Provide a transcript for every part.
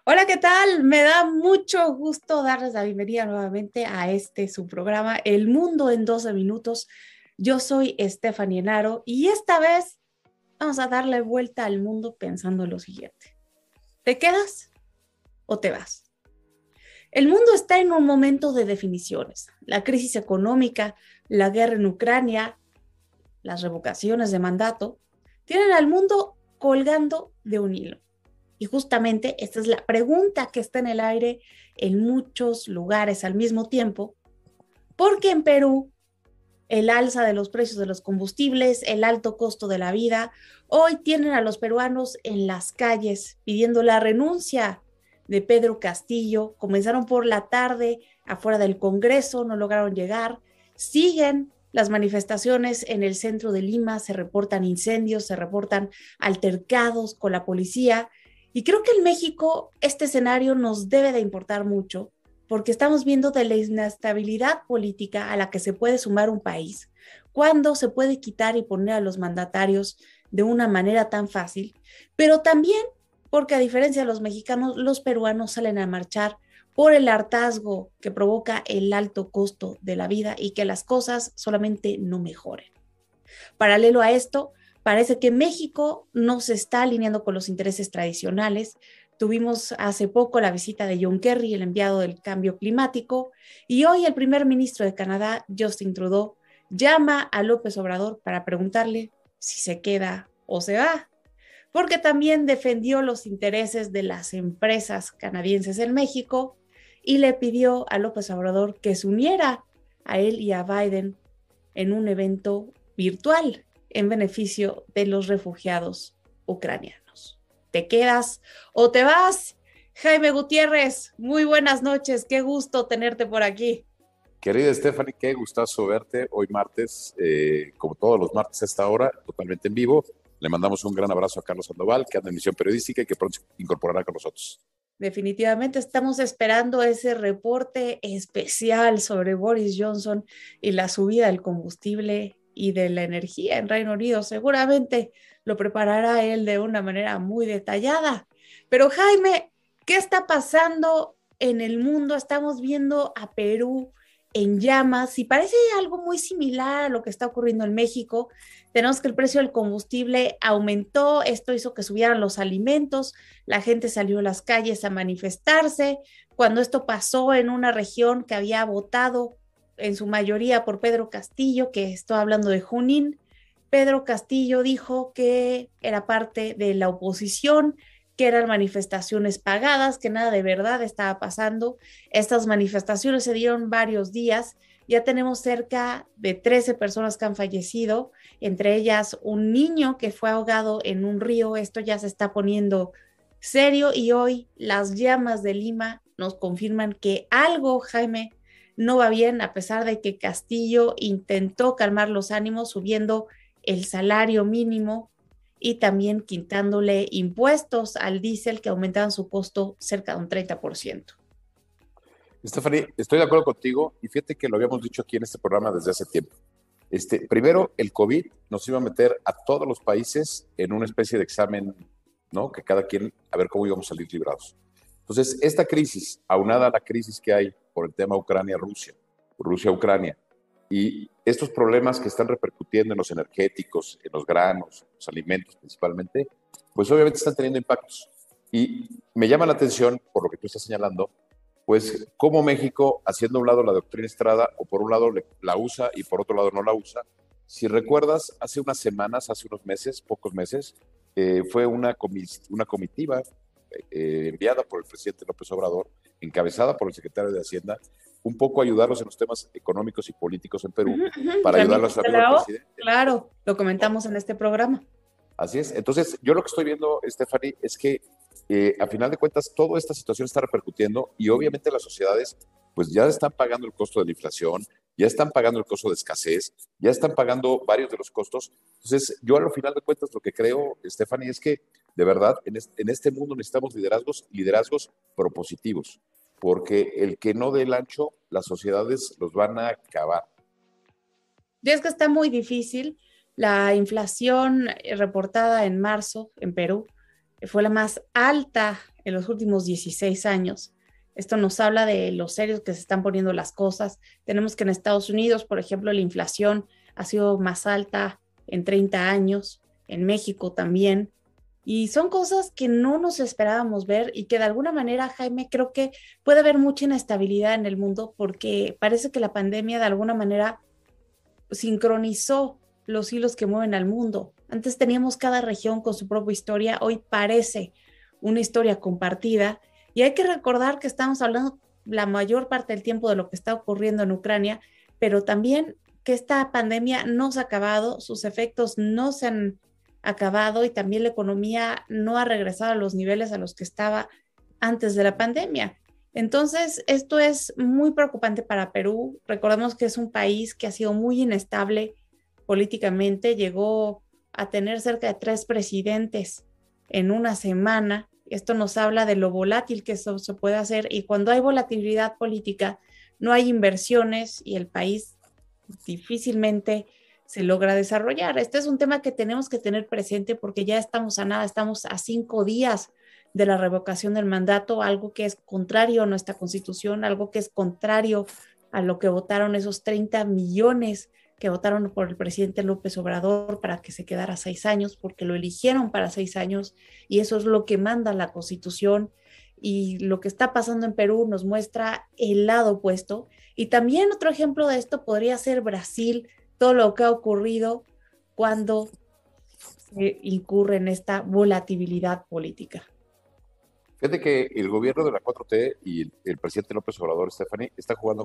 Hola, ¿qué tal? Me da mucho gusto darles la bienvenida nuevamente a su programa, El Mundo en 12 Minutos. Yo soy Stephanie Enaro y esta vez vamos a darle vuelta al mundo pensando en lo siguiente. ¿Te quedas o te vas? El mundo está en un momento de definiciones. La crisis económica, la guerra en Ucrania, las revocaciones de mandato, tienen al mundo colgando de un hilo. Y justamente esta es la pregunta que está en el aire en muchos lugares al mismo tiempo, porque en Perú el alza de los precios de los combustibles, el alto costo de la vida, hoy tienen a los peruanos en las calles pidiendo la renuncia de Pedro Castillo. Comenzaron por la tarde afuera del Congreso, no lograron llegar, siguen las manifestaciones en el centro de Lima, se reportan incendios, se reportan altercados con la policía. Y creo que en México este escenario nos debe de importar mucho porque estamos viendo de la inestabilidad política a la que se puede sumar un país, cuando se puede quitar y poner a los mandatarios de una manera tan fácil, pero también porque a diferencia de los mexicanos, los peruanos salen a marchar por el hartazgo que provoca el alto costo de la vida y que las cosas solamente no mejoren. Paralelo a esto, parece que México no se está alineando con los intereses tradicionales. Tuvimos hace poco la visita de John Kerry, el enviado del cambio climático, y hoy el primer ministro de Canadá, Justin Trudeau, llama a López Obrador para preguntarle si se queda o se va, porque también defendió los intereses de las empresas canadienses en México y le pidió a López Obrador que se uniera a él y a Biden en un evento virtual en beneficio de los refugiados ucranianos. ¿Te quedas o te vas? Jaime Gutiérrez, muy buenas noches, qué gusto tenerte por aquí. Querida Stephanie, qué gustazo verte hoy martes, como todos los martes a esta hora, totalmente en vivo. Le mandamos un gran abrazo a Carlos Sandoval, que anda en misión periodística y que pronto se incorporará con nosotros. Definitivamente estamos esperando ese reporte especial sobre Boris Johnson y la subida del combustible y de la energía en Reino Unido. Seguramente lo preparará él de una manera muy detallada. Pero Jaime, ¿qué está pasando en el mundo? Estamos viendo a Perú en llamas y parece algo muy similar a lo que está ocurriendo en México. Tenemos que el precio del combustible aumentó, esto hizo que subieran los alimentos, la gente salió a las calles a manifestarse. Cuando esto pasó en una región que había votado en su mayoría por Pedro Castillo, que estoy hablando de Junín, Pedro Castillo dijo que era parte de la oposición, que eran manifestaciones pagadas, que nada de verdad estaba pasando. Estas manifestaciones se dieron varios días. Ya tenemos cerca de 13 personas que han fallecido, entre ellas un niño que fue ahogado en un río. Esto ya se está poniendo serio y hoy las llamas de Lima nos confirman que algo, Jaime, no va bien, a pesar de que Castillo intentó calmar los ánimos subiendo el salario mínimo y también quitándole impuestos al diésel que aumentaban su costo cerca de un 30%. Stephanie, estoy de acuerdo contigo y fíjate que lo habíamos dicho aquí en este programa desde hace tiempo. Primero, el COVID nos iba a meter a todos los países en una especie de examen, ¿no? Que cada quien, a ver cómo íbamos a salir librados. Entonces, esta crisis, aunada a la crisis que hay por el tema Ucrania-Rusia, Rusia-Ucrania, y estos problemas que están repercutiendo en los energéticos, en los granos, en los alimentos principalmente, pues obviamente están teniendo impactos. Y me llama la atención, por lo que tú estás señalando, pues cómo México, haciendo a un lado la doctrina Estrada, o por un lado la usa y por otro lado no la usa. Si recuerdas, hace unas semanas, hace unos meses, pocos meses, fue una comitiva enviada por el presidente López Obrador, encabezada por el secretario de Hacienda, un poco a ayudarlos en los temas económicos y políticos en Perú, para ayudar a su Ramírez de amigo el la O, presidente, claro, lo ¿no? comentamos en este programa. Así es. Entonces, yo lo que estoy viendo, Stephanie, es que a final de cuentas toda esta situación está repercutiendo y obviamente las sociedades pues ya están pagando el costo de la inflación, ya están pagando el costo de escasez, ya están pagando varios de los costos. Entonces, yo a lo final de cuentas lo que creo, Stephanie, es que de verdad en este mundo necesitamos liderazgos propositivos, porque el que no dé el ancho, las sociedades los van a acabar. Y es que está muy difícil. La inflación reportada en marzo en Perú fue la más alta en los últimos 16 años. Esto nos habla de lo serios que se están poniendo las cosas. Tenemos que en Estados Unidos, por ejemplo, la inflación ha sido más alta en 30 años, en México también. Y son cosas que no nos esperábamos ver y que de alguna manera, Jaime, creo que puede haber mucha inestabilidad en el mundo porque parece que la pandemia de alguna manera sincronizó los hilos que mueven al mundo. Antes teníamos cada región con su propia historia, hoy parece una historia compartida y hay que recordar que estamos hablando la mayor parte del tiempo de lo que está ocurriendo en Ucrania, pero también que esta pandemia no se ha acabado, sus efectos no se han acabado y también la economía no ha regresado a los niveles a los que estaba antes de la pandemia. Entonces, esto es muy preocupante para Perú. Recordemos que es un país que ha sido muy inestable políticamente, llegó a tener cerca de 3 presidentes en una semana. Esto nos habla de lo volátil que eso se puede hacer y cuando hay volatilidad política, no hay inversiones y el país difícilmente se logra desarrollar. Este es un tema que tenemos que tener presente porque ya estamos a nada, estamos a 5 días de la revocación del mandato, algo que es contrario a nuestra constitución, algo que es contrario a lo que votaron esos 30 millones que votaron por el presidente López Obrador para que se quedara 6 años, porque lo eligieron para 6 años y eso es lo que manda la constitución. Y lo que está pasando en Perú nos muestra el lado opuesto. Y también otro ejemplo de esto podría ser Brasil, todo lo que ha ocurrido cuando se incurre en esta volatilidad política. Fíjate que el gobierno de la 4T y el presidente López Obrador, Stephanie, está jugando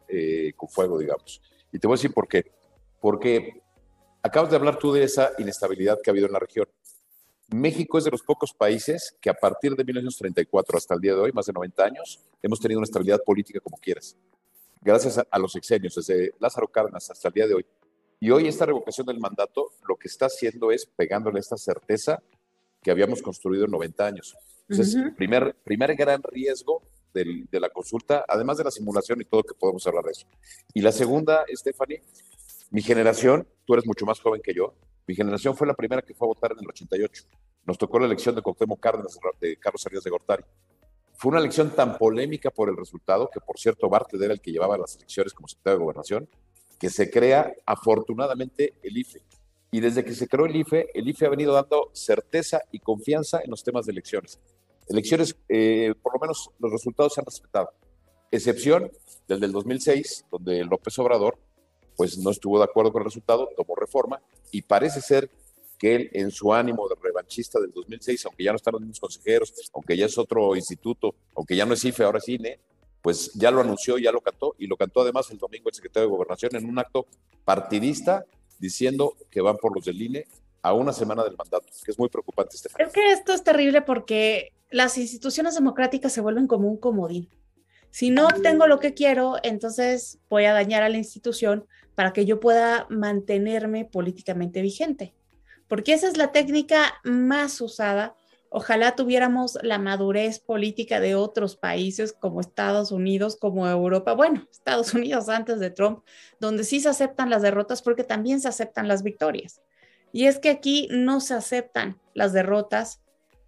con fuego, digamos. Y te voy a decir por qué. Porque acabas de hablar tú de esa inestabilidad que ha habido en la región. México es de los pocos países que a partir de 1934 hasta el día de hoy, más de 90 años, hemos tenido una estabilidad política como quieras. Gracias a los sexenios, desde Lázaro Cárdenas hasta el día de hoy. Y hoy esta revocación del mandato lo que está haciendo es pegándole esta certeza que habíamos construido en 90 años. Entonces, primer gran riesgo de la consulta, además de la simulación y todo que podemos hablar de eso. Y la segunda, Stephanie, mi generación, tú eres mucho más joven que yo, mi generación fue la primera que fue a votar en el 88. Nos tocó la elección de Cuauhtémoc Cárdenas, de Carlos Salinas de Gortari. Fue una elección tan polémica por el resultado, que por cierto Bartlett era el que llevaba las elecciones como secretario de Gobernación, que se crea afortunadamente el IFE. Y desde que se creó el IFE ha venido dando certeza y confianza en los temas de elecciones. Elecciones, por lo menos los resultados se han respetado. Excepción del 2006, donde López Obrador pues no estuvo de acuerdo con el resultado, tomó reforma y parece ser que él en su ánimo de revanchista del 2006, aunque ya no están los mismos consejeros, aunque ya es otro instituto, aunque ya no es IFE, ahora es INE, pues ya lo anunció, ya lo cantó y lo cantó además el domingo el secretario de Gobernación en un acto partidista diciendo que van por los del INE a una semana del mandato, que es muy preocupante. Es que esto es terrible porque las instituciones democráticas se vuelven como un comodín. Si no obtengo lo que quiero, entonces voy a dañar a la institución para que yo pueda mantenerme políticamente vigente. Porque esa es la técnica más usada. Ojalá tuviéramos la madurez política de otros países como Estados Unidos, como Europa. Bueno, Estados Unidos antes de Trump, donde sí se aceptan las derrotas porque también se aceptan las victorias. Y es que aquí no se aceptan las derrotas.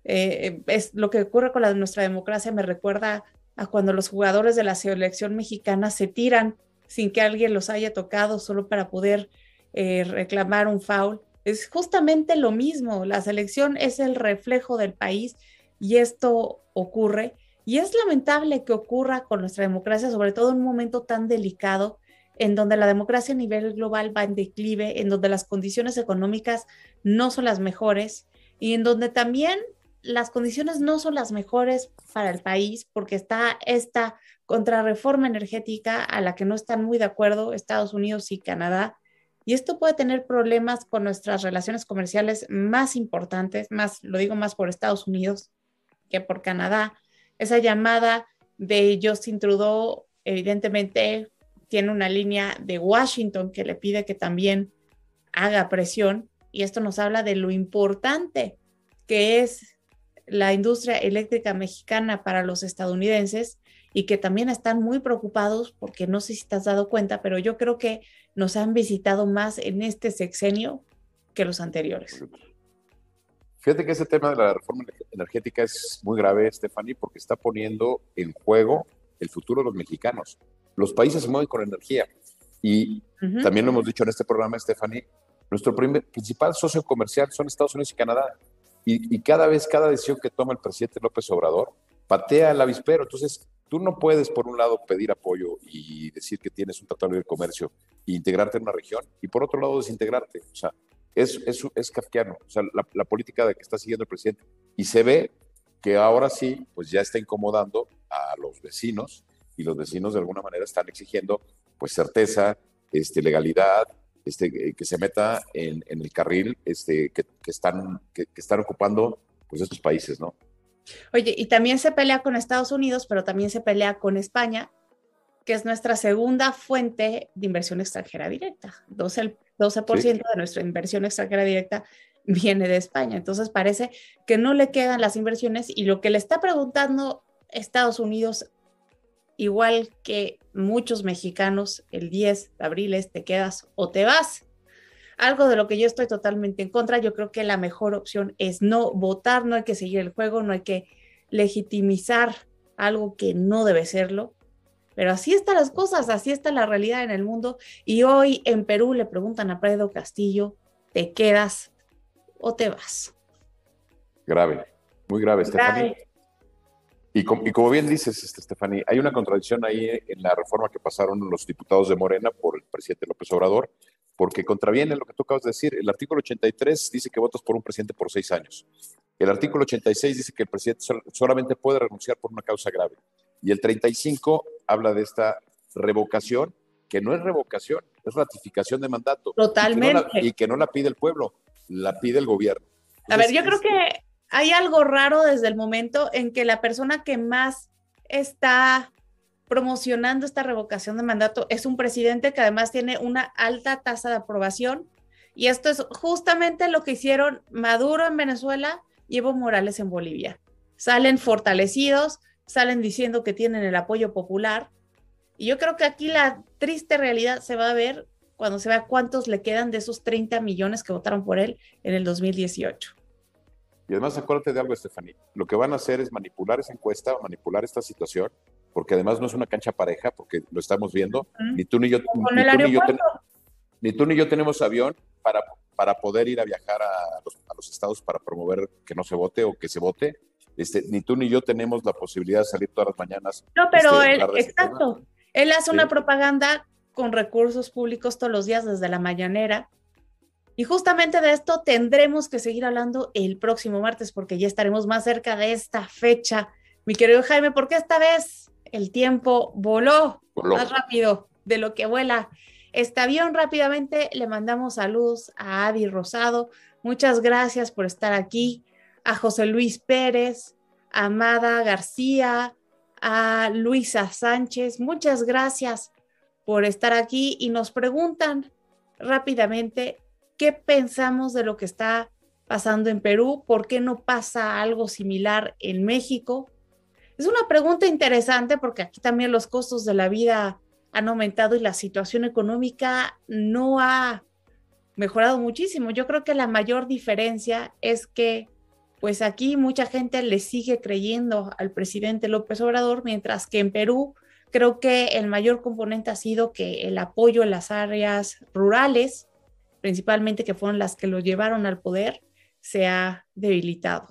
Es lo que ocurre con nuestra democracia me recuerda a cuando los jugadores de la selección mexicana se tiran sin que alguien los haya tocado solo para poder reclamar un foul. Es justamente lo mismo, la selección es el reflejo del país y esto ocurre. Y es lamentable que ocurra con nuestra democracia, sobre todo en un momento tan delicado en donde la democracia a nivel global va en declive, en donde las condiciones económicas no son las mejores y en donde también las condiciones no son las mejores para el país porque está esta contrarreforma energética a la que no están muy de acuerdo Estados Unidos y Canadá. Y esto puede tener problemas con nuestras relaciones comerciales más importantes, más, lo digo más por Estados Unidos que por Canadá. Esa llamada de Justin Trudeau, evidentemente, tiene una línea de Washington que le pide que también haga presión, y esto nos habla de lo importante que es la industria eléctrica mexicana para los estadounidenses y que también están muy preocupados porque no sé si te has dado cuenta, pero yo creo que nos han visitado más en este sexenio que los anteriores. Fíjate que ese tema de la reforma energética es muy grave, Stephanie, porque está poniendo en juego el futuro de los mexicanos. Los países se mueven con energía y Ujú. también lo hemos dicho en este programa, Stephanie, nuestro principal socio comercial son Estados Unidos y Canadá. Y cada vez, cada decisión que toma el presidente López Obrador, patea el avispero. Entonces, tú no puedes, por un lado, pedir apoyo y decir que tienes un tratado de comercio e integrarte en una región, y por otro lado, desintegrarte. O sea, es kafkiano, o sea, la política de que está siguiendo el presidente. Y se ve que ahora sí, pues ya está incomodando a los vecinos, y los vecinos de alguna manera están exigiendo, pues, certeza, legalidad, que se meta en el carril que están ocupando, pues, estos países, ¿no? Oye, y también se pelea con Estados Unidos, pero también se pelea con España, que es nuestra segunda fuente de inversión extranjera directa. El 12% Sí, de nuestra inversión extranjera directa viene de España. Entonces parece que no le quedan las inversiones y lo que le está preguntando Estados Unidos, igual que muchos mexicanos, el 10 de abril es: ¿te quedas o te vas? Algo de lo que yo estoy totalmente en contra. Yo creo que la mejor opción es no votar, no hay que seguir el juego, no hay que legitimizar algo que no debe serlo. Pero así están las cosas, así está la realidad en el mundo. Y hoy en Perú le preguntan a Pedro Castillo: ¿te quedas o te vas? grave, muy grave, Stephanie. Grave. Y como bien dices, Stephanie, hay una contradicción ahí en la reforma que pasaron los diputados de Morena por el presidente López Obrador, porque contraviene lo que tú acabas de decir. El artículo 83 dice que votas por un presidente por 6 años. El artículo 86 dice que el presidente solamente puede renunciar por una causa grave. Y el 35 habla de esta revocación, que no es revocación, es ratificación de mandato, y Totalmente. que no la pide el pueblo, la pide el gobierno. A ver, Entonces, yo creo que hay algo raro desde el momento en que la persona que más está promocionando esta revocación de mandato es un presidente que además tiene una alta tasa de aprobación. Y esto es justamente lo que hicieron Maduro en Venezuela y Evo Morales en Bolivia. Salen fortalecidos, salen diciendo que tienen el apoyo popular. Y yo creo que aquí la triste realidad se va a ver cuando se vea cuántos le quedan de esos 30 millones que votaron por él en el 2018. y además acuérdate de algo, Estefanía, lo que van a hacer es manipular esa encuesta, manipular esta situación, porque además no es una cancha pareja, porque lo estamos viendo, ni tú ni yo, Con ni el tú ni yo, aeropuerto. ni tú ni yo tenemos avión para poder ir a viajar a los estados para promover que no se vote o que se vote. Ni tú ni yo tenemos la posibilidad de salir todas las mañanas No, pero a él, hablar de este tema. exacto, él hace una ¿Sí? propaganda con recursos públicos todos los días desde la mañanera. Y justamente de esto tendremos que seguir hablando el próximo martes porque ya estaremos más cerca de esta fecha. Mi querido Jaime, porque esta vez el tiempo voló más Voló. rápido de lo que vuela este avión. Rápidamente le mandamos saludos a Adi Rosado. Muchas gracias por estar aquí. A José Luis Pérez, a Amada García, a Luisa Sánchez. Muchas gracias por estar aquí y nos preguntan rápidamente qué pensamos de lo que está pasando en Perú, por qué no pasa algo similar en México. Es una pregunta interesante porque aquí también los costos de la vida han aumentado y la situación económica no ha mejorado muchísimo. Yo creo que la mayor diferencia es que pues aquí mucha gente le sigue creyendo al presidente López Obrador, mientras que en Perú creo que el mayor componente ha sido que el apoyo en las áreas rurales, principalmente que fueron las que lo llevaron al poder, se ha debilitado.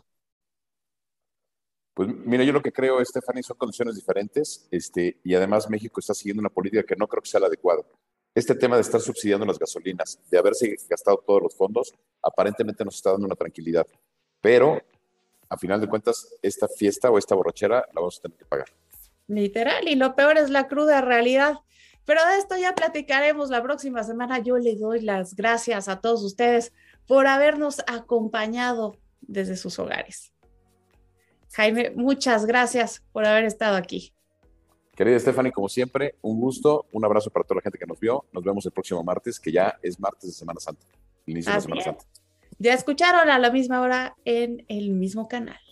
Pues mira, yo lo que creo, Stephanie, son condiciones diferentes, y además México está siguiendo una política que no creo que sea la adecuada. Este tema de estar subsidiando las gasolinas, de haberse gastado todos los fondos, aparentemente nos está dando una tranquilidad, pero a final de cuentas, esta fiesta o esta borrachera la vamos a tener que pagar. Literal, y lo peor es la cruda realidad. Pero de esto ya platicaremos la próxima semana. Yo les doy las gracias a todos ustedes por habernos acompañado desde sus hogares. Jaime, muchas gracias por haber estado aquí. Querida Stephanie, como siempre, un gusto, un abrazo para toda la gente que nos vio. Nos vemos el próximo martes, que ya es martes de Semana Santa, el inicio de la Así Semana es. Santa. Ya escucharon a la misma hora en el mismo canal.